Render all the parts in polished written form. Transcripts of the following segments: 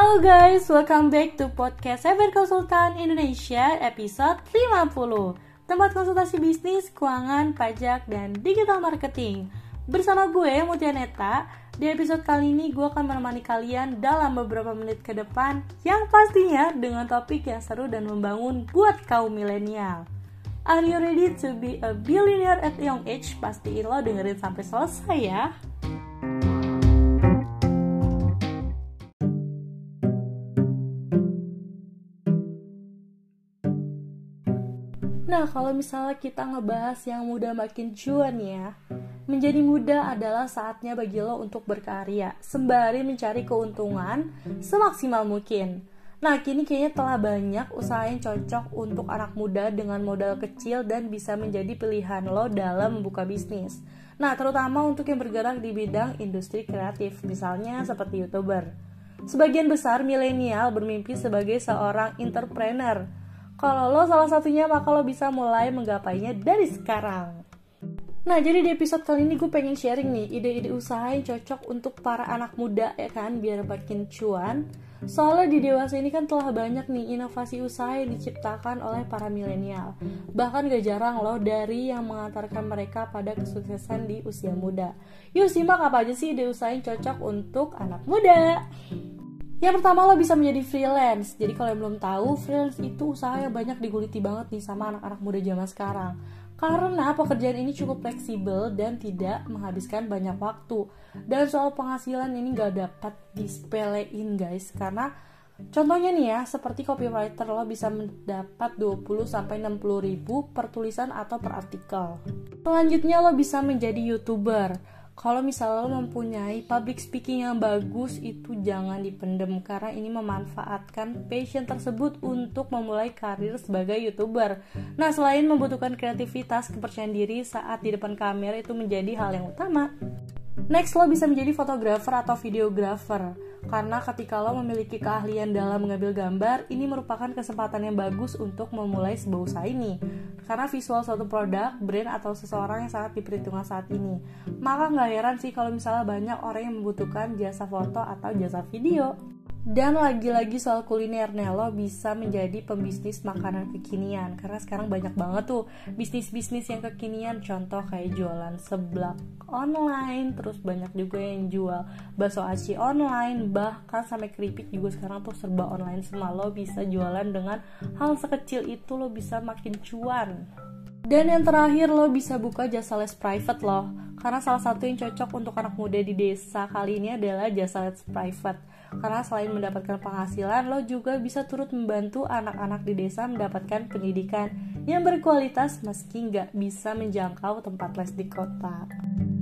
Halo guys, welcome back to podcast FR Konsultan Indonesia episode 50. Tempat konsultasi bisnis, keuangan, pajak, dan digital marketing. Bersama gue, Mutia Neta. Di episode kali ini gue akan menemani kalian dalam beberapa menit ke depan, yang pastinya dengan topik yang seru dan membangun buat kaum milenial. Are you ready to be a billionaire at young age? Pastiin lo dengerin sampai selesai ya. Nah, kalau misalnya kita ngebahas yang muda makin cuan ya, menjadi muda adalah saatnya bagi lo untuk berkarya, sembari mencari keuntungan semaksimal mungkin. Nah, kini kayaknya telah banyak usaha yang cocok untuk anak muda dengan modal kecil dan bisa menjadi pilihan lo dalam membuka bisnis. Nah, terutama untuk yang bergerak di bidang industri kreatif, misalnya seperti YouTuber. Sebagian besar milenial bermimpi sebagai seorang entrepreneur. Kalau lo salah satunya, maka lo bisa mulai menggapainya dari sekarang. Nah, jadi di episode kali ini gue pengen sharing nih ide-ide usaha yang cocok untuk para anak muda ya kan, biar makin cuan. Soalnya di dewasa ini kan telah banyak nih inovasi usaha yang diciptakan oleh para milenial. Bahkan gak jarang loh dari yang mengantarkan mereka pada kesuksesan di usia muda. Yuk simak apa aja sih ide usaha yang cocok untuk anak muda. Yang pertama, lo bisa menjadi freelance. Jadi kalau yang belum tahu, freelance itu usaha yang banyak diguliti banget nih sama anak-anak muda zaman sekarang. Karena pekerjaan ini cukup fleksibel dan tidak menghabiskan banyak waktu. Dan soal penghasilan ini gak dapat disepelein guys. Karena contohnya nih ya, seperti copywriter, lo bisa mendapat 20-60 ribu per tulisan atau per artikel. Selanjutnya, lo bisa menjadi YouTuber. Kalau misalnya lo mempunyai public speaking yang bagus, itu jangan dipendem karena ini memanfaatkan passion tersebut untuk memulai karir sebagai YouTuber. Nah, selain membutuhkan kreativitas, kepercayaan diri saat di depan kamera itu menjadi hal yang utama. Next, lo bisa menjadi fotografer atau videografer. Karena ketika lo memiliki keahlian dalam mengambil gambar, ini merupakan kesempatan yang bagus untuk memulai sebuah usaha ini. Karena visual suatu produk, brand, atau seseorang yang sangat diperhitungkan saat ini. Maka gak heran sih kalau misalnya banyak orang yang membutuhkan jasa foto atau jasa video. Dan lagi-lagi soal kuliner, lo bisa menjadi pembisnis makanan kekinian. Karena sekarang banyak banget tuh bisnis-bisnis yang kekinian. Contoh kayak jualan seblak online, terus banyak juga yang jual bakso aci online, bahkan sampai keripik juga sekarang tuh serba online semua. Lo bisa jualan dengan hal sekecil itu, lo bisa makin cuan. Dan yang terakhir, lo bisa buka jasa les private lo. Karena salah satu yang cocok untuk anak muda di desa kali ini adalah jasa les private. Karena selain mendapatkan penghasilan, lo juga bisa turut membantu anak-anak di desa mendapatkan pendidikan yang berkualitas meski nggak bisa menjangkau tempat les di kota.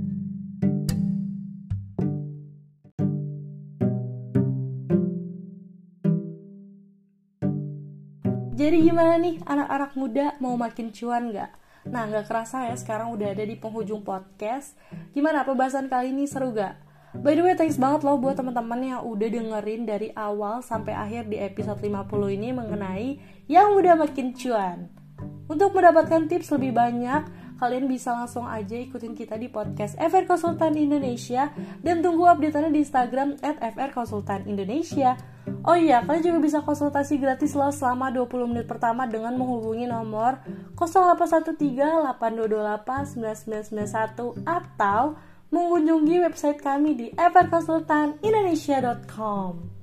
Jadi gimana nih anak-anak muda, mau makin cuan nggak? Nah, nggak kerasa ya sekarang udah ada di penghujung podcast. Gimana pembahasan kali ini, seru gak? By the way, thanks banget loh buat teman-teman yang udah dengerin dari awal sampai akhir di episode 50 ini mengenai yang udah makin cuan. Untuk mendapatkan tips lebih banyak, kalian bisa langsung aja ikutin kita di podcast FR Konsultan Indonesia dan tunggu update-annya di Instagram @frkonsultanindonesia. Oh iya, kalian juga bisa konsultasi gratis loh selama 20 menit pertama dengan menghubungi nomor 0813-8228-9991 atau mengunjungi website kami di frkonsultanindonesia.com.